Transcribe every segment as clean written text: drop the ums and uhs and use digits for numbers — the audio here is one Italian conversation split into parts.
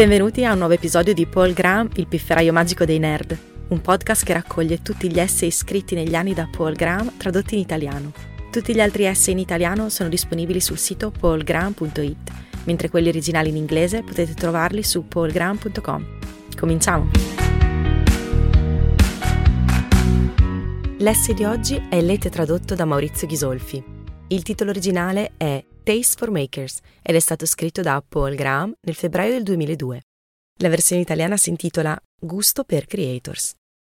Benvenuti a un nuovo episodio di Paul Graham, il pifferaio magico dei nerd, un podcast che raccoglie tutti gli essay scritti negli anni da Paul Graham tradotti in italiano. Tutti gli altri essay in italiano sono disponibili sul sito paulgraham.it, mentre quelli originali in inglese potete trovarli su paulgraham.com. Cominciamo! L'essay di oggi è letto e tradotto da Maurizio Ghisolfi. Il titolo originale è Taste for Makers ed è stato scritto da Paul Graham nel febbraio del 2002. La versione italiana si intitola Gusto per Creators.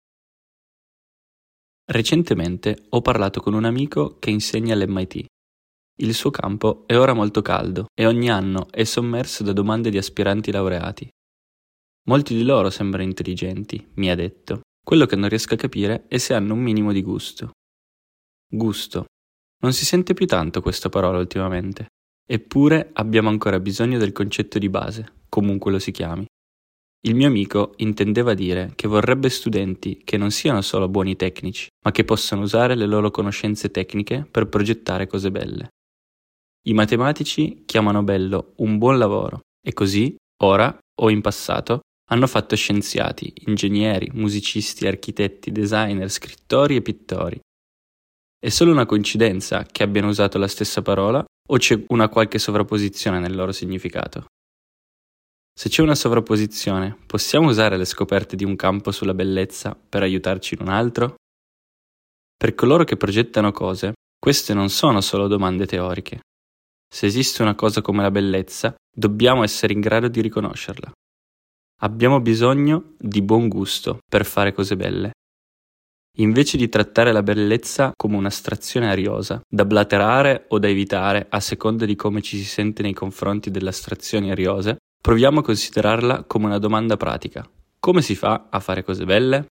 Recentemente ho parlato con un amico che insegna all'MIT. Il suo campo è ora molto caldo e ogni anno è sommerso da domande di aspiranti laureati. Molti di loro sembrano intelligenti, mi ha detto. Quello che non riesco a capire è se hanno un minimo di gusto. Gusto. Non si sente più tanto questa parola ultimamente. Eppure abbiamo ancora bisogno del concetto di base, comunque lo si chiami. Il mio amico intendeva dire che vorrebbe studenti che non siano solo buoni tecnici, ma che possano usare le loro conoscenze tecniche per progettare cose belle. I matematici chiamano bello un buon lavoro e così, ora o in passato, hanno fatto scienziati, ingegneri, musicisti, architetti, designer, scrittori e pittori. È solo una coincidenza che abbiano usato la stessa parola o c'è una qualche sovrapposizione nel loro significato? Se c'è una sovrapposizione, possiamo usare le scoperte di un campo sulla bellezza per aiutarci in un altro? Per coloro che progettano cose, queste non sono solo domande teoriche. Se esiste una cosa come la bellezza, dobbiamo essere in grado di riconoscerla. Abbiamo bisogno di buon gusto per fare cose belle. Invece di trattare la bellezza come un'astrazione ariosa, da blaterare o da evitare a seconda di come ci si sente nei confronti delle astrazioni ariose, proviamo a considerarla come una domanda pratica. Come si fa a fare cose belle?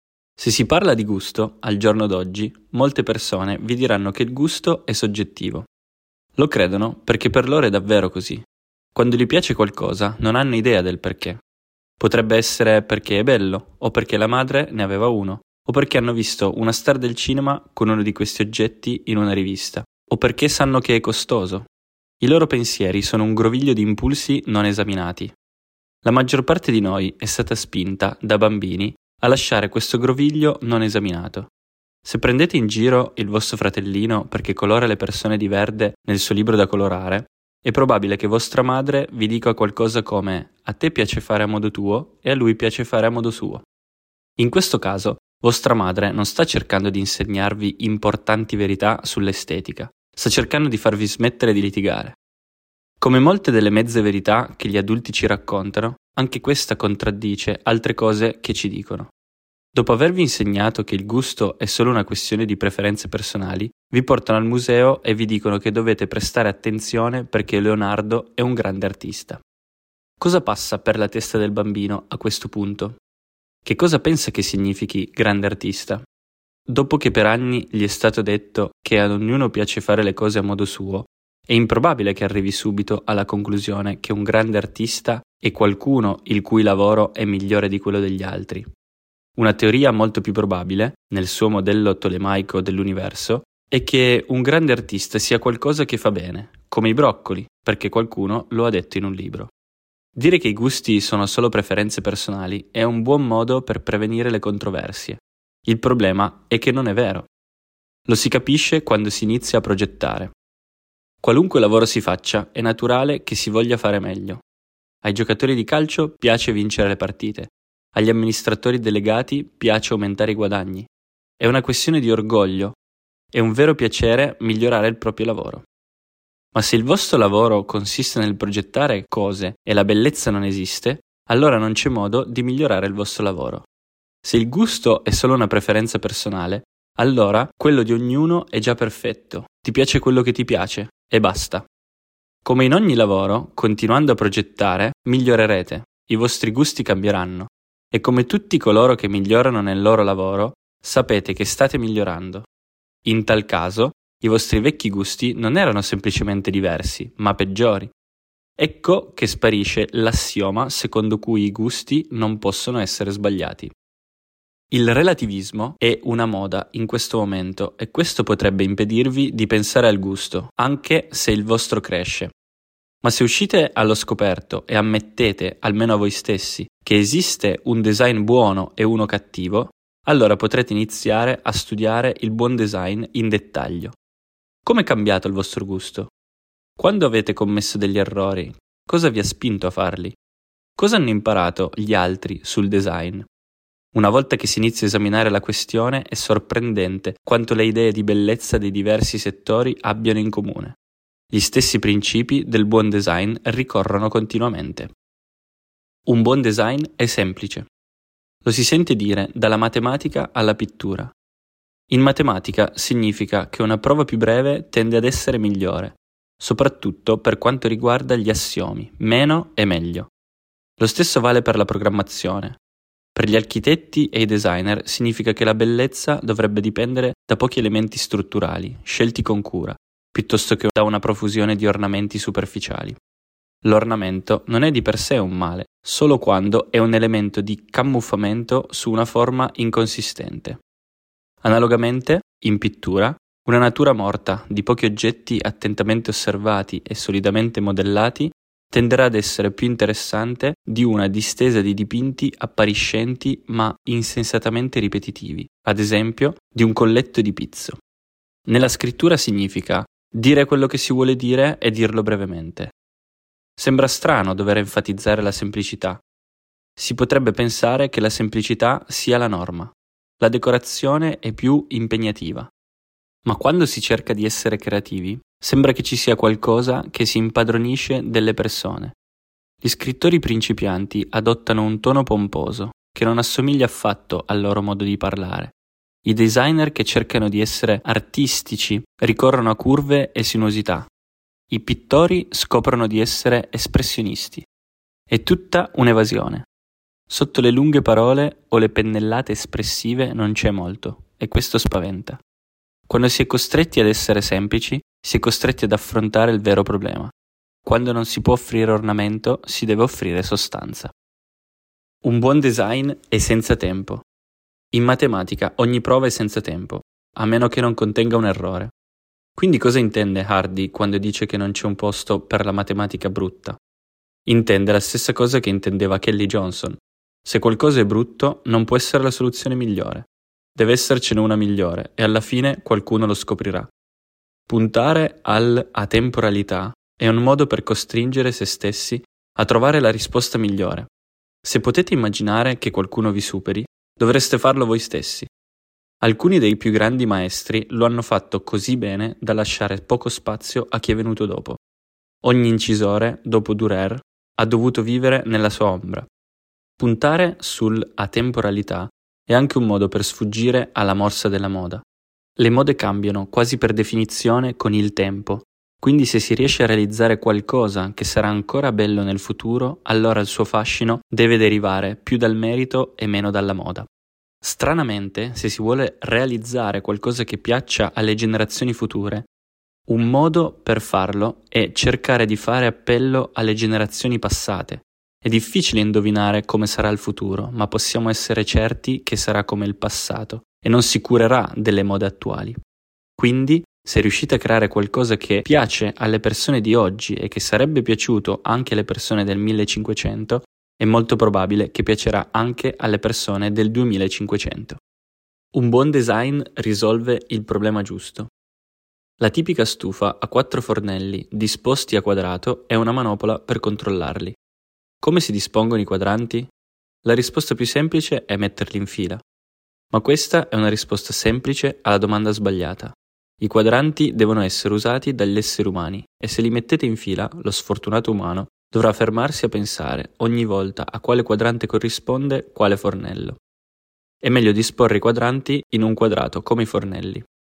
Se si parla di gusto, al giorno d'oggi, molte persone vi diranno che il gusto è soggettivo. Lo credono perché per loro è davvero così. Quando gli piace qualcosa, non hanno idea del perché. Potrebbe essere perché è bello, o perché la madre ne aveva uno, o perché hanno visto una star del cinema con uno di questi oggetti in una rivista, o perché sanno che è costoso. I loro pensieri sono un groviglio di impulsi non esaminati. La maggior parte di noi è stata spinta, da bambini, a lasciare questo groviglio non esaminato. Se prendete in giro il vostro fratellino perché colora le persone di verde nel suo libro da colorare, è probabile che vostra madre vi dica qualcosa come «a te piace fare a modo tuo e a lui piace fare a modo suo». In questo caso, vostra madre non sta cercando di insegnarvi importanti verità sull'estetica, sta cercando di farvi smettere di litigare. Come molte delle mezze verità che gli adulti ci raccontano, anche questa contraddice altre cose che ci dicono. Dopo avervi insegnato che il gusto è solo una questione di preferenze personali, vi portano al museo e vi dicono che dovete prestare attenzione perché Leonardo è un grande artista. Cosa passa per la testa del bambino a questo punto? Che cosa pensa che significhi grande artista? Dopo che per anni gli è stato detto che ad ognuno piace fare le cose a modo suo, è improbabile che arrivi subito alla conclusione che un grande artista è qualcuno il cui lavoro è migliore di quello degli altri. Una teoria molto più probabile, nel suo modello tolemaico dell'universo, è che un grande artista sia qualcosa che fa bene, come i broccoli, perché qualcuno lo ha detto in un libro. Dire che i gusti sono solo preferenze personali è un buon modo per prevenire le controversie. Il problema è che non è vero. Lo si capisce quando si inizia a progettare. Qualunque lavoro si faccia, è naturale che si voglia fare meglio. Ai giocatori di calcio piace vincere le partite. Agli amministratori delegati piace aumentare i guadagni. È una questione di orgoglio. È un vero piacere migliorare il proprio lavoro. Ma se il vostro lavoro consiste nel progettare cose e la bellezza non esiste, allora non c'è modo di migliorare il vostro lavoro. Se il gusto è solo una preferenza personale, allora quello di ognuno è già perfetto. Ti piace quello che ti piace e basta. Come in ogni lavoro, continuando a progettare, migliorerete, i vostri gusti cambieranno e come tutti coloro che migliorano nel loro lavoro, sapete che state migliorando. In tal caso, i vostri vecchi gusti non erano semplicemente diversi, ma peggiori. Ecco che sparisce l'assioma secondo cui i gusti non possono essere sbagliati. Il relativismo è una moda in questo momento e questo potrebbe impedirvi di pensare al gusto, anche se il vostro cresce. Ma se uscite allo scoperto e ammettete, almeno a voi stessi, che esiste un design buono e uno cattivo, allora potrete iniziare a studiare il buon design in dettaglio. Come è cambiato il vostro gusto? Quando avete commesso degli errori, cosa vi ha spinto a farli? Cosa hanno imparato gli altri sul design? Una volta che si inizia a esaminare la questione, è sorprendente quanto le idee di bellezza dei diversi settori abbiano in comune. Gli stessi principi del buon design ricorrono continuamente. Un buon design è semplice. Lo si sente dire dalla matematica alla pittura. In matematica significa che una prova più breve tende ad essere migliore, soprattutto per quanto riguarda gli assiomi, meno è meglio. Lo stesso vale per la programmazione. Per gli architetti e i designer significa che la bellezza dovrebbe dipendere da pochi elementi strutturali, scelti con cura, piuttosto che da una profusione di ornamenti superficiali. L'ornamento non è di per sé un male, solo quando è un elemento di camuffamento su una forma inconsistente. Analogamente, in pittura, una natura morta di pochi oggetti attentamente osservati e solidamente modellati tenderà ad essere più interessante di una distesa di dipinti appariscenti ma insensatamente ripetitivi, ad esempio di un colletto di pizzo. Nella scrittura significa dire quello che si vuole dire e dirlo brevemente. Sembra strano dover enfatizzare la semplicità. Si potrebbe pensare che la semplicità sia la norma. La decorazione è più impegnativa. Ma quando si cerca di essere creativi, sembra che ci sia qualcosa che si impadronisce delle persone. Gli scrittori principianti adottano un tono pomposo, che non assomiglia affatto al loro modo di parlare. I designer che cercano di essere artistici ricorrono a curve e sinuosità. I pittori scoprono di essere espressionisti. È tutta un'evasione. Sotto le lunghe parole o le pennellate espressive non c'è molto, e questo spaventa. Quando si è costretti ad essere semplici, si è costretti ad affrontare il vero problema. Quando non si può offrire ornamento, si deve offrire sostanza. Un buon design è senza tempo. In matematica ogni prova è senza tempo, a meno che non contenga un errore. Quindi cosa intende Hardy quando dice che non c'è un posto per la matematica brutta? Intende la stessa cosa che intendeva Kelly Johnson. Se qualcosa è brutto, non può essere la soluzione migliore. Deve essercene una migliore e alla fine qualcuno lo scoprirà. Puntare all'atemporalità è un modo per costringere se stessi a trovare la risposta migliore. Se potete immaginare che qualcuno vi superi, dovreste farlo voi stessi. Alcuni dei più grandi maestri lo hanno fatto così bene da lasciare poco spazio a chi è venuto dopo. Ogni incisore, dopo Dürer, ha dovuto vivere nella sua ombra. Puntare sull'atemporalità è anche un modo per sfuggire alla morsa della moda. Le mode cambiano quasi per definizione con il tempo, quindi se si riesce a realizzare qualcosa che sarà ancora bello nel futuro, allora il suo fascino deve derivare più dal merito e meno dalla moda. Stranamente, se si vuole realizzare qualcosa che piaccia alle generazioni future, un modo per farlo è cercare di fare appello alle generazioni passate. È difficile indovinare come sarà il futuro, ma possiamo essere certi che sarà come il passato e non si curerà delle mode attuali. Quindi, se riuscite a creare qualcosa che piace alle persone di oggi e che sarebbe piaciuto anche alle persone del 1500, è molto probabile che piacerà anche alle persone del 2500. Un buon design risolve il problema giusto. La tipica stufa a 4 fornelli disposti a quadrato è una manopola per controllarli. Come si dispongono i quadranti? La risposta più semplice è metterli in fila. Ma questa è una risposta semplice alla domanda sbagliata. I quadranti devono essere usati dagli esseri umani e se li mettete in fila, lo sfortunato umano dovrà fermarsi a pensare ogni volta a quale quadrante corrisponde quale fornello. È meglio disporre i quadranti in un quadrato come i fornelli.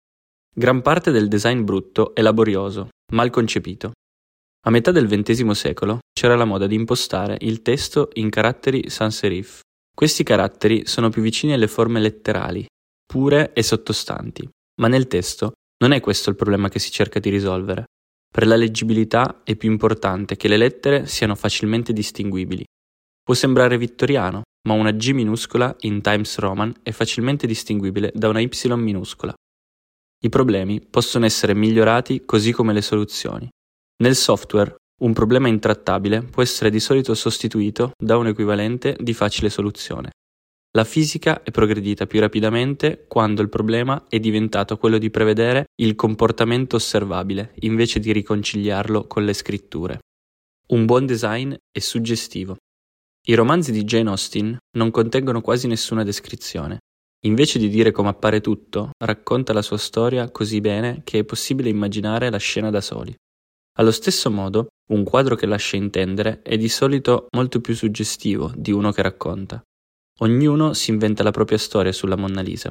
Gran parte del design brutto è laborioso, mal concepito. A metà del XX secolo c'era la moda di impostare il testo in caratteri sans serif. Questi caratteri sono più vicini alle forme letterali, pure e sottostanti, ma nel testo non è questo il problema che si cerca di risolvere. Per la leggibilità è più importante che le lettere siano facilmente distinguibili. Può sembrare vittoriano, ma una G minuscola in Times Roman è facilmente distinguibile da una Y minuscola. I problemi possono essere migliorati così come le soluzioni. Nel software Un problema intrattabile può essere di solito sostituito da un equivalente di facile soluzione. La fisica è progredita più rapidamente quando il problema è diventato quello di prevedere il comportamento osservabile invece di riconciliarlo con le scritture. Un buon design è suggestivo. I romanzi di Jane Austen non contengono quasi nessuna descrizione. Invece di dire come appare tutto, racconta la sua storia così bene che è possibile immaginare la scena da soli. Allo stesso modo, un quadro che lascia intendere è di solito molto più suggestivo di uno che racconta. Ognuno si inventa la propria storia sulla Monna Lisa.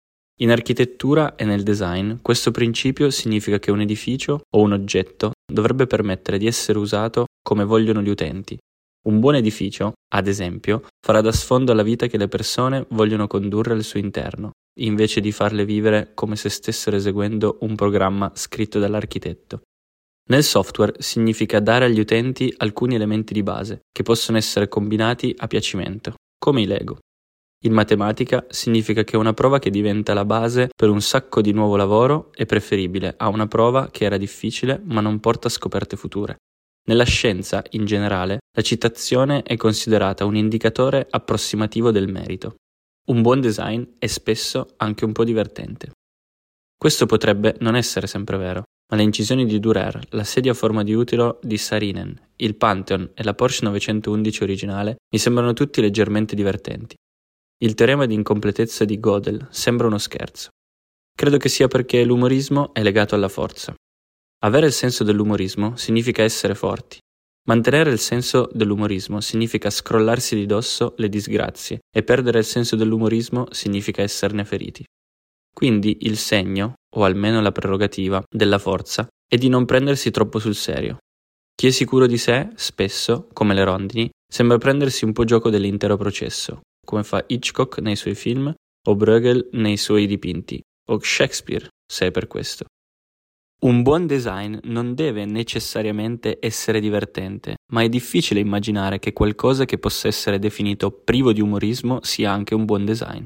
In architettura e nel design, questo principio significa che un edificio o un oggetto dovrebbe permettere di essere usato come vogliono gli utenti. Un buon edificio, ad esempio, farà da sfondo alla vita che le persone vogliono condurre al suo interno, invece di farle vivere come se stessero eseguendo un programma scritto dall'architetto. Nel software significa dare agli utenti alcuni elementi di base che possono essere combinati a piacimento, come i Lego. In matematica significa che una prova che diventa la base per un sacco di nuovo lavoro è preferibile a una prova che era difficile ma non porta a scoperte future. Nella scienza, in generale, la citazione è considerata un indicatore approssimativo del merito. Un buon design è spesso anche un po' divertente. Questo potrebbe non essere sempre vero, ma le incisioni di Dürer, la sedia a forma di utero di Saarinen, il Pantheon e la Porsche 911 originale mi sembrano tutti leggermente divertenti. Il teorema di incompletezza di Gödel sembra uno scherzo. Credo che sia perché l'umorismo è legato alla forza. Avere il senso dell'umorismo significa essere forti. Mantenere il senso dell'umorismo significa scrollarsi di dosso le disgrazie e perdere il senso dell'umorismo significa esserne feriti. Quindi il segno, o almeno la prerogativa, della forza è di non prendersi troppo sul serio. Chi è sicuro di sé, spesso, come le rondini, sembra prendersi un po' gioco dell'intero processo, come fa Hitchcock nei suoi film, o Bruegel nei suoi dipinti, o Shakespeare, se è per questo. Un buon design non deve necessariamente essere divertente, ma è difficile immaginare che qualcosa che possa essere definito privo di umorismo sia anche un buon design.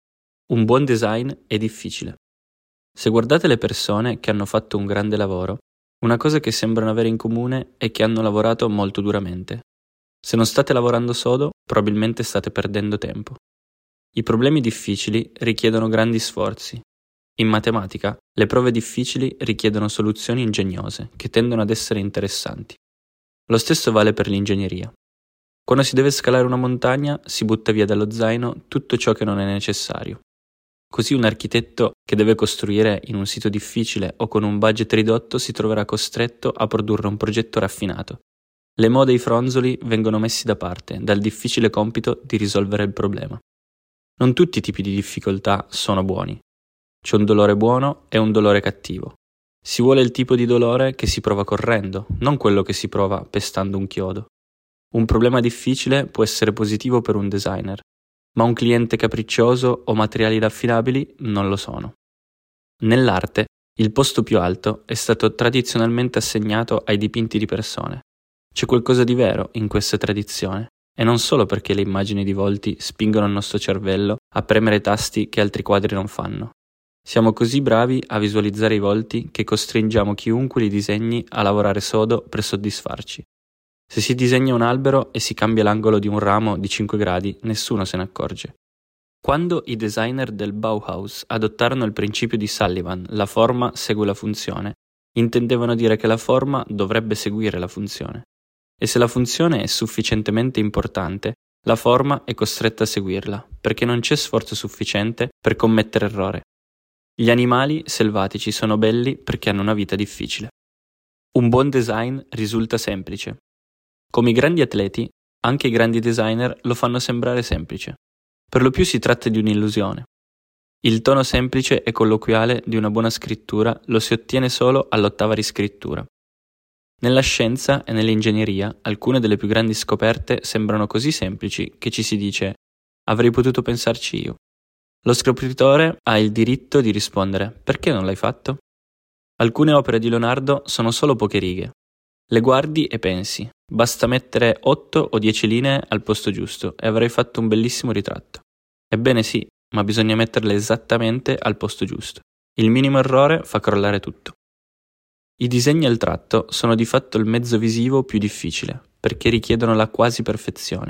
Un buon design è difficile. Se guardate le persone che hanno fatto un grande lavoro, una cosa che sembrano avere in comune è che hanno lavorato molto duramente. Se non state lavorando sodo, probabilmente state perdendo tempo. I problemi difficili richiedono grandi sforzi. In matematica, le prove difficili richiedono soluzioni ingegnose, che tendono ad essere interessanti. Lo stesso vale per l'ingegneria. Quando si deve scalare una montagna, si butta via dallo zaino tutto ciò che non è necessario. Così un architetto che deve costruire in un sito difficile o con un budget ridotto si troverà costretto a produrre un progetto raffinato. Le mode e i fronzoli vengono messi da parte dal difficile compito di risolvere il problema. Non tutti i tipi di difficoltà sono buoni. C'è un dolore buono e un dolore cattivo. Si vuole il tipo di dolore che si prova correndo, non quello che si prova pestando un chiodo. Un problema difficile può essere positivo per un designer, ma un cliente capriccioso o materiali raffinabili non lo sono. Nell'arte, il posto più alto è stato tradizionalmente assegnato ai dipinti di persone. C'è qualcosa di vero in questa tradizione, e non solo perché le immagini di volti spingono il nostro cervello a premere tasti che altri quadri non fanno. Siamo così bravi a visualizzare i volti che costringiamo chiunque li disegni a lavorare sodo per soddisfarci. Se si disegna un albero e si cambia l'angolo di un ramo di 5 gradi, nessuno se ne accorge. Quando i designer del Bauhaus adottarono il principio di Sullivan, la forma segue la funzione, intendevano dire che la forma dovrebbe seguire la funzione. E se la funzione è sufficientemente importante, la forma è costretta a seguirla, perché non c'è sforzo sufficiente per commettere errore. Gli animali selvatici sono belli perché hanno una vita difficile. Un buon design risulta semplice. Come i grandi atleti, anche i grandi designer lo fanno sembrare semplice. Per lo più si tratta di un'illusione. Il tono semplice e colloquiale di una buona scrittura lo si ottiene solo all'8ª riscrittura. Nella scienza e nell'ingegneria, alcune delle più grandi scoperte sembrano così semplici che ci si dice «avrei potuto pensarci io». Lo scopritore ha il diritto di rispondere «perché non l'hai fatto?». Alcune opere di Leonardo sono solo poche righe. Le guardi e pensi, basta mettere 8 o 10 linee al posto giusto e avrei fatto un bellissimo ritratto. Ebbene sì, ma bisogna metterle esattamente al posto giusto. Il minimo errore fa crollare tutto. I disegni al tratto sono di fatto il mezzo visivo più difficile, perché richiedono la quasi perfezione.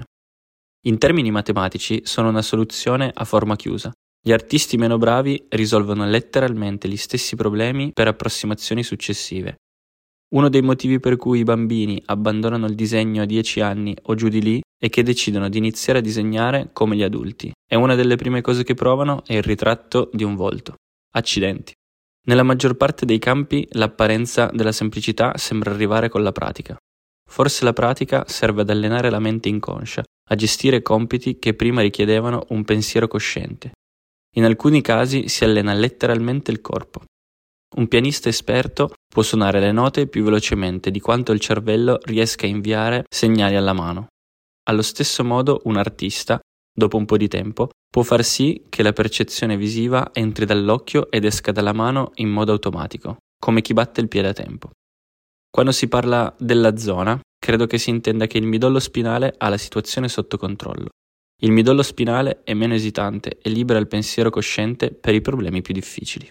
In termini matematici sono una soluzione a forma chiusa. Gli artisti meno bravi risolvono letteralmente gli stessi problemi per approssimazioni successive. Uno dei motivi per cui i bambini abbandonano il disegno a 10 anni o giù di lì è che decidono di iniziare a disegnare come gli adulti, e una delle prime cose che provano è il ritratto di un volto. Accidenti. Nella maggior parte dei campi l'apparenza della semplicità sembra arrivare con la pratica. Forse la pratica serve ad allenare la mente inconscia, a gestire compiti che prima richiedevano un pensiero cosciente. In alcuni casi si allena letteralmente il corpo. Un pianista esperto può suonare le note più velocemente di quanto il cervello riesca a inviare segnali alla mano. Allo stesso modo un artista, dopo un po' di tempo, può far sì che la percezione visiva entri dall'occhio ed esca dalla mano in modo automatico, come chi batte il piede a tempo. Quando si parla della zona, credo che si intenda che il midollo spinale ha la situazione sotto controllo. Il midollo spinale è meno esitante e libera il pensiero cosciente per i problemi più difficili.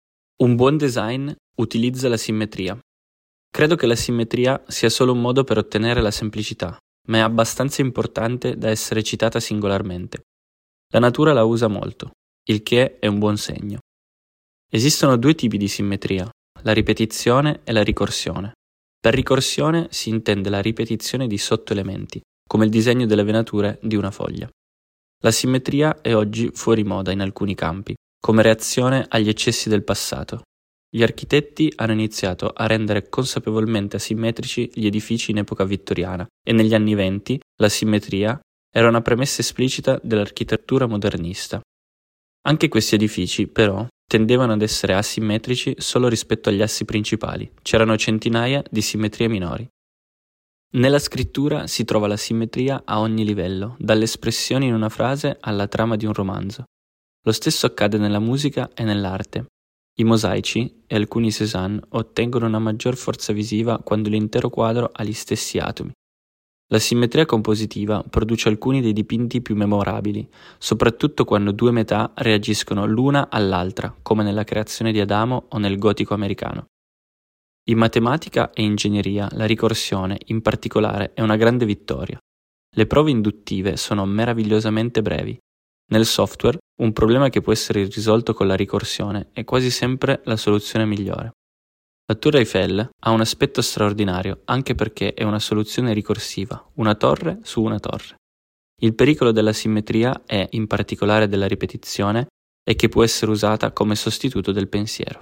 Un buon design utilizza la simmetria. Credo che la simmetria sia solo un modo per ottenere la semplicità, ma è abbastanza importante da essere citata singolarmente. La natura la usa molto, il che è un buon segno. Esistono due tipi di simmetria, la ripetizione e la ricorsione. Per ricorsione si intende la ripetizione di sottoelementi, come il disegno delle venature di una foglia. La simmetria è oggi fuori moda in alcuni campi, come reazione agli eccessi del passato. Gli architetti hanno iniziato a rendere consapevolmente asimmetrici gli edifici in epoca vittoriana e negli anni '20 la simmetria era una premessa esplicita dell'architettura modernista. Anche questi edifici, però, tendevano ad essere asimmetrici solo rispetto agli assi principali. C'erano centinaia di simmetrie minori. Nella scrittura si trova la simmetria a ogni livello, dalle espressioni in una frase alla trama di un romanzo. Lo stesso accade nella musica e nell'arte. I mosaici e alcuni Cézanne ottengono una maggior forza visiva quando l'intero quadro ha gli stessi atomi. La simmetria compositiva produce alcuni dei dipinti più memorabili, soprattutto quando due metà reagiscono l'una all'altra, come nella creazione di Adamo o nel gotico americano. In matematica e ingegneria la ricorsione, in particolare, è una grande vittoria. Le prove induttive sono meravigliosamente brevi. Nel software, un problema che può essere risolto con la ricorsione è quasi sempre la soluzione migliore. La Tour Eiffel ha un aspetto straordinario anche perché è una soluzione ricorsiva, una torre su una torre. Il pericolo della simmetria e, in particolare della ripetizione, è che può essere usata come sostituto del pensiero.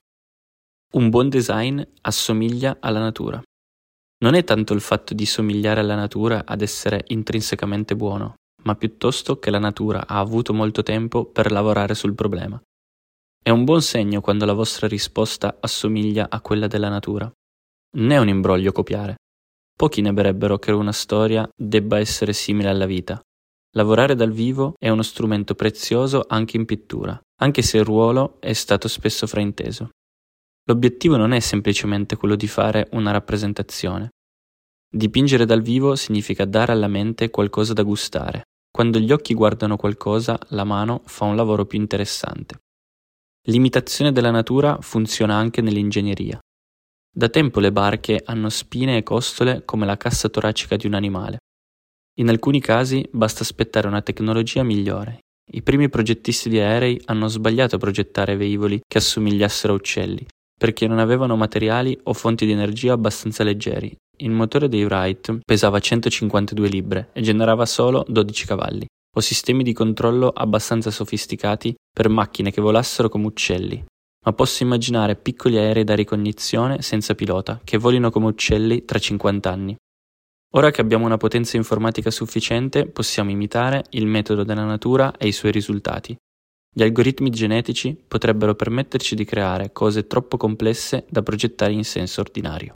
Un buon design assomiglia alla natura. Non è tanto il fatto di somigliare alla natura ad essere intrinsecamente buono, ma piuttosto che la natura ha avuto molto tempo per lavorare sul problema. È un buon segno quando la vostra risposta assomiglia a quella della natura. Non è un imbroglio copiare. Pochi nebberebbero che una storia debba essere simile alla vita. Lavorare dal vivo è uno strumento prezioso anche in pittura, anche se il ruolo è stato spesso frainteso. L'obiettivo non è semplicemente quello di fare una rappresentazione. Dipingere dal vivo significa dare alla mente qualcosa da gustare. Quando gli occhi guardano qualcosa, la mano fa un lavoro più interessante. L'imitazione della natura funziona anche nell'ingegneria. Da tempo le barche hanno spine e costole come la cassa toracica di un animale. In alcuni casi basta aspettare una tecnologia migliore. I primi progettisti di aerei hanno sbagliato a progettare velivoli che assomigliassero a uccelli, perché non avevano materiali o fonti di energia abbastanza leggeri. Il motore dei Wright pesava 152 libbre e generava solo 12 cavalli, o sistemi di controllo abbastanza sofisticati per macchine che volassero come uccelli. Ma posso immaginare piccoli aerei da ricognizione senza pilota, che volino come uccelli tra 50 anni. Ora che abbiamo una potenza informatica sufficiente, possiamo imitare il metodo della natura e i suoi risultati. Gli algoritmi genetici potrebbero permetterci di creare cose troppo complesse da progettare in senso ordinario.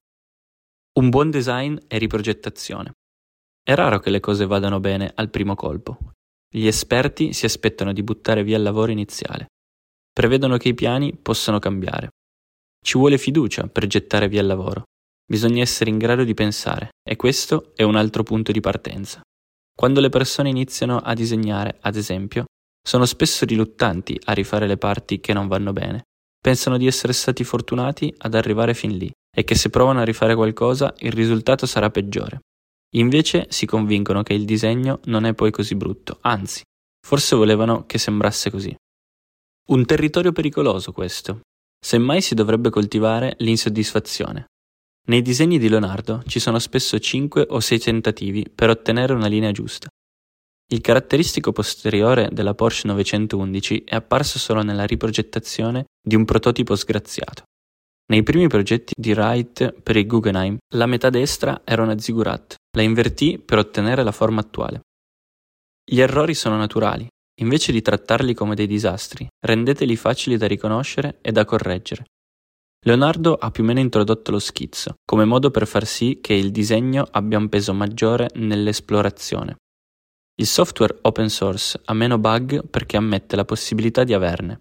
Un buon design è riprogettazione. È raro che le cose vadano bene al primo colpo. Gli esperti si aspettano di buttare via il lavoro iniziale. Prevedono che i piani possano cambiare. Ci vuole fiducia per gettare via il lavoro. Bisogna essere in grado di pensare, e questo è un altro punto di partenza. Quando le persone iniziano a disegnare, ad esempio, sono spesso riluttanti a rifare le parti che non vanno bene. Pensano di essere stati fortunati ad arrivare fin lì e che se provano a rifare qualcosa il risultato sarà peggiore. Invece si convincono che il disegno non è poi così brutto, anzi, forse volevano che sembrasse così. Un territorio pericoloso questo. Semmai si dovrebbe coltivare l'insoddisfazione. Nei disegni di Leonardo ci sono spesso 5 o 6 tentativi per ottenere una linea giusta. Il caratteristico posteriore della Porsche 911 è apparso solo nella riprogettazione di un prototipo sgraziato. Nei primi progetti di Wright per il Guggenheim, la metà destra era una ziggurat, la invertì per ottenere la forma attuale. Gli errori sono naturali, invece di trattarli come dei disastri, rendeteli facili da riconoscere e da correggere. Leonardo ha più o meno introdotto lo schizzo, come modo per far sì che il disegno abbia un peso maggiore nell'esplorazione. Il software open source ha meno bug perché ammette la possibilità di averne.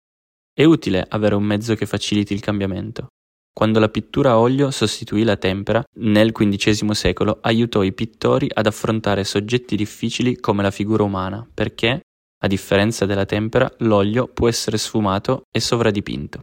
È utile avere un mezzo che faciliti il cambiamento. Quando la pittura a olio sostituì la tempera, nel XV secolo aiutò i pittori ad affrontare soggetti difficili come la figura umana, perché, a differenza della tempera, l'olio può essere sfumato e sovradipinto.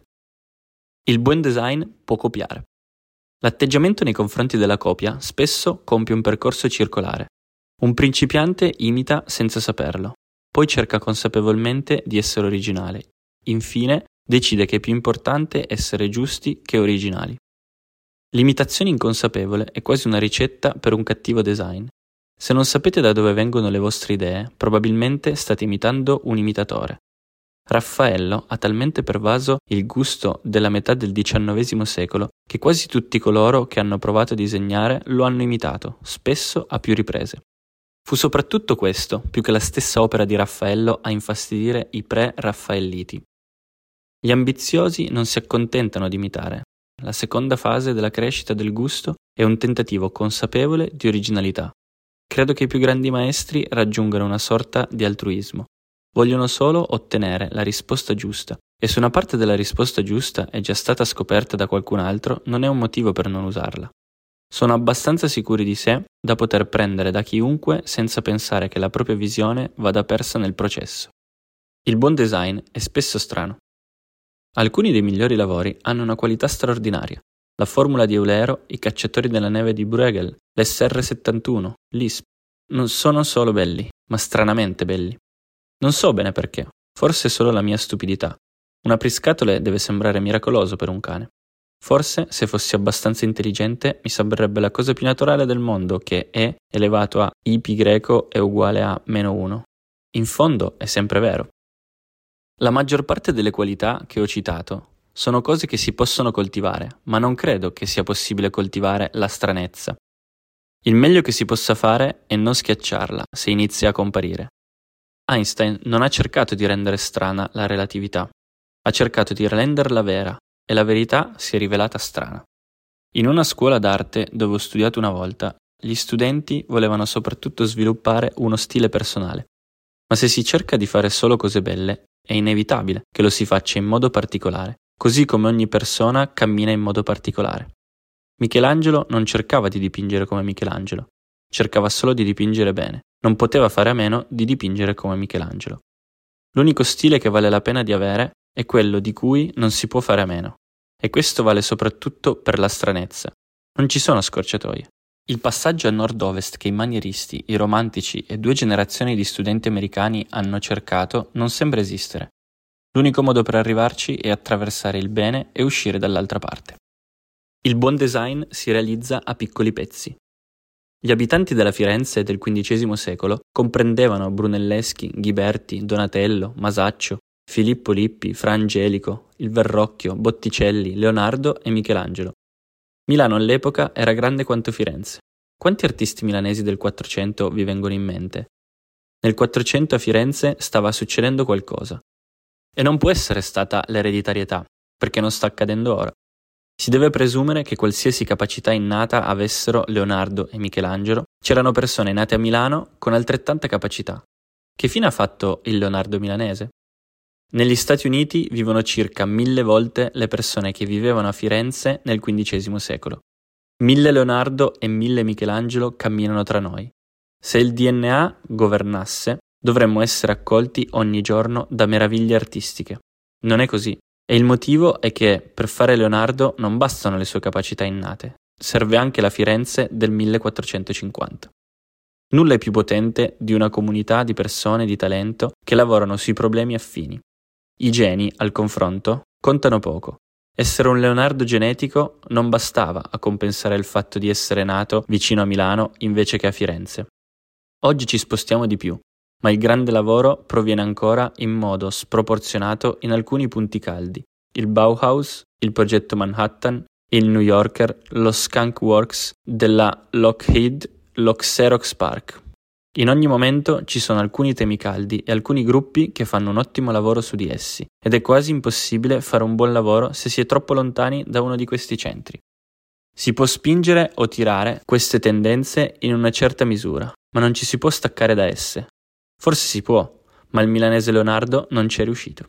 Il buon design può copiare. L'atteggiamento nei confronti della copia spesso compie un percorso circolare. Un principiante imita senza saperlo, poi cerca consapevolmente di essere originale. Infine, decide che è più importante essere giusti che originali. L'imitazione inconsapevole è quasi una ricetta per un cattivo design. Se non sapete da dove vengono le vostre idee, probabilmente state imitando un imitatore. Raffaello ha talmente pervaso il gusto della metà del XIX secolo che quasi tutti coloro che hanno provato a disegnare lo hanno imitato, spesso a più riprese. Fu soprattutto questo, più che la stessa opera di Raffaello, a infastidire i pre-raffaelliti. Gli ambiziosi non si accontentano di imitare. La seconda fase della crescita del gusto è un tentativo consapevole di originalità. Credo che i più grandi maestri raggiungano una sorta di altruismo. Vogliono solo ottenere la risposta giusta, e se una parte della risposta giusta è già stata scoperta da qualcun altro, non è un motivo per non usarla. Sono abbastanza sicuri di sé da poter prendere da chiunque senza pensare che la propria visione vada persa nel processo. Il buon design è spesso strano. Alcuni dei migliori lavori hanno una qualità straordinaria. La formula di Eulero, i cacciatori della neve di Bruegel, l'SR-71, l'ISP, non sono solo belli, ma stranamente belli. Non so bene perché, forse è solo la mia stupidità. Un apriscatole deve sembrare miracoloso per un cane. Forse, se fossi abbastanza intelligente, mi sembrerebbe la cosa più naturale del mondo che E elevato a π greco è uguale a -1. In fondo è sempre vero. La maggior parte delle qualità che ho citato sono cose che si possono coltivare, ma non credo che sia possibile coltivare la stranezza. Il meglio che si possa fare è non schiacciarla se inizia a comparire. Einstein non ha cercato di rendere strana la relatività, ha cercato di renderla vera e la verità si è rivelata strana. In una scuola d'arte dove ho studiato una volta, gli studenti volevano soprattutto sviluppare uno stile personale, ma se si cerca di fare solo cose belle, è inevitabile che lo si faccia in modo particolare, così come ogni persona cammina in modo particolare. Michelangelo non cercava di dipingere come Michelangelo, cercava solo di dipingere bene, non poteva fare a meno di dipingere come Michelangelo. L'unico stile che vale la pena di avere è quello di cui non si può fare a meno, e questo vale soprattutto per la stranezza. Non ci sono scorciatoie. Il passaggio a nord-ovest che i manieristi, i romantici e 2 generazioni di studenti americani hanno cercato non sembra esistere. L'unico modo per arrivarci è attraversare il bene e uscire dall'altra parte. Il buon design si realizza a piccoli pezzi. Gli abitanti della Firenze del XV secolo comprendevano Brunelleschi, Ghiberti, Donatello, Masaccio, Filippo Lippi, Fra Angelico, il Verrocchio, Botticelli, Leonardo e Michelangelo. Milano all'epoca era grande quanto Firenze. Quanti artisti milanesi del Quattrocento vi vengono in mente? Nel Quattrocento a Firenze stava succedendo qualcosa. E non può essere stata l'ereditarietà, perché non sta accadendo ora. Si deve presumere che qualsiasi capacità innata avessero Leonardo e Michelangelo, c'erano persone nate a Milano con altrettanta capacità. Che fine ha fatto il Leonardo milanese? Negli Stati Uniti vivono circa 1000 volte le persone che vivevano a Firenze nel XV secolo. 1000 Leonardo e 1000 Michelangelo camminano tra noi. Se il DNA governasse, dovremmo essere accolti ogni giorno da meraviglie artistiche. Non è così. E il motivo è che per fare Leonardo non bastano le sue capacità innate, serve anche la Firenze del 1450. Nulla è più potente di una comunità di persone di talento che lavorano sui problemi affini. I geni, al confronto, contano poco. Essere un Leonardo genetico non bastava a compensare il fatto di essere nato vicino a Milano invece che a Firenze. Oggi ci spostiamo di più, ma il grande lavoro proviene ancora in modo sproporzionato in alcuni punti caldi: il Bauhaus, il progetto Manhattan, il New Yorker, lo Skunk Works della Lockheed, lo Xerox PARC. In ogni momento ci sono alcuni temi caldi e alcuni gruppi che fanno un ottimo lavoro su di essi, ed è quasi impossibile fare un buon lavoro se si è troppo lontani da uno di questi centri. Si può spingere o tirare queste tendenze in una certa misura, ma non ci si può staccare da esse. Forse si può, ma il milanese Leonardo non ci è riuscito.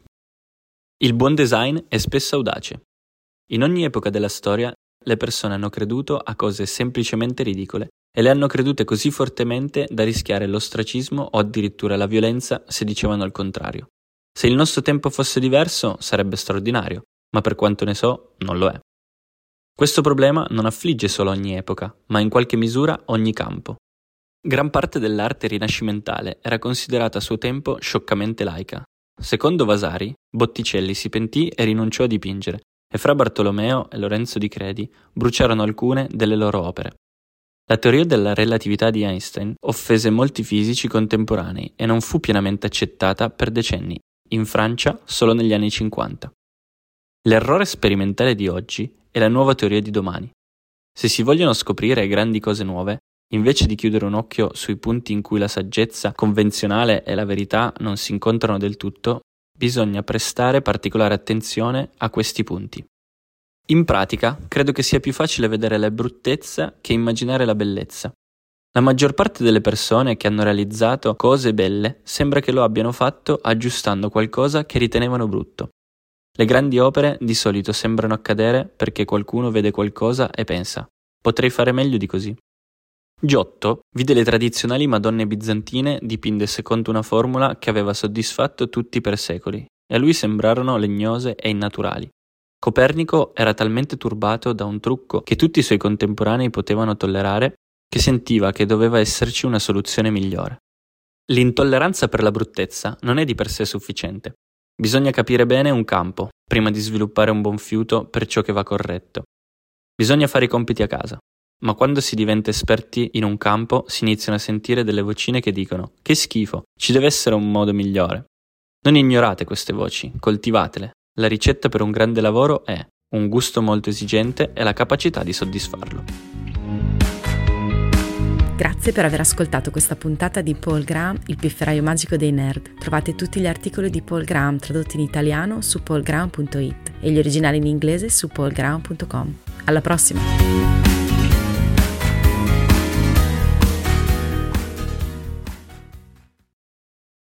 Il buon design è spesso audace. In ogni epoca della storia le persone hanno creduto a cose semplicemente ridicole e le hanno credute così fortemente da rischiare l'ostracismo o addirittura la violenza se dicevano il contrario. Se il nostro tempo fosse diverso sarebbe straordinario, ma per quanto ne so non lo è. Questo problema non affligge solo ogni epoca, ma in qualche misura ogni campo. Gran parte dell'arte rinascimentale era considerata a suo tempo scioccamente laica. Secondo Vasari, Botticelli si pentì e rinunciò a dipingere, e Fra Bartolomeo e Lorenzo di Credi bruciarono alcune delle loro opere. La teoria della relatività di Einstein offese molti fisici contemporanei e non fu pienamente accettata per decenni, in Francia solo negli anni 50. L'errore sperimentale di oggi è la nuova teoria di domani. Se si vogliono scoprire grandi cose nuove, invece di chiudere un occhio sui punti in cui la saggezza convenzionale e la verità non si incontrano del tutto, bisogna prestare particolare attenzione a questi punti. In pratica, credo che sia più facile vedere la bruttezza che immaginare la bellezza. La maggior parte delle persone che hanno realizzato cose belle sembra che lo abbiano fatto aggiustando qualcosa che ritenevano brutto. Le grandi opere di solito sembrano accadere perché qualcuno vede qualcosa e pensa: potrei fare meglio di così. Giotto vide le tradizionali Madonne bizantine dipinte secondo una formula che aveva soddisfatto tutti per secoli, e a lui sembrarono legnose e innaturali. Copernico era talmente turbato da un trucco che tutti i suoi contemporanei potevano tollerare, che sentiva che doveva esserci una soluzione migliore. L'intolleranza per la bruttezza non è di per sé sufficiente. Bisogna capire bene un campo, prima di sviluppare un buon fiuto per ciò che va corretto. Bisogna fare i compiti a casa. Ma quando si diventa esperti in un campo si iniziano a sentire delle vocine che dicono: che schifo, ci deve essere un modo migliore. Non ignorate queste voci, coltivatele. La ricetta per un grande lavoro è un gusto molto esigente e la capacità di soddisfarlo. Grazie per aver ascoltato questa puntata di Paul Graham, il pifferaio magico dei nerd. Trovate tutti gli articoli di Paul Graham tradotti in italiano su paulgraham.it e gli originali in inglese su paulgraham.com. Alla prossima!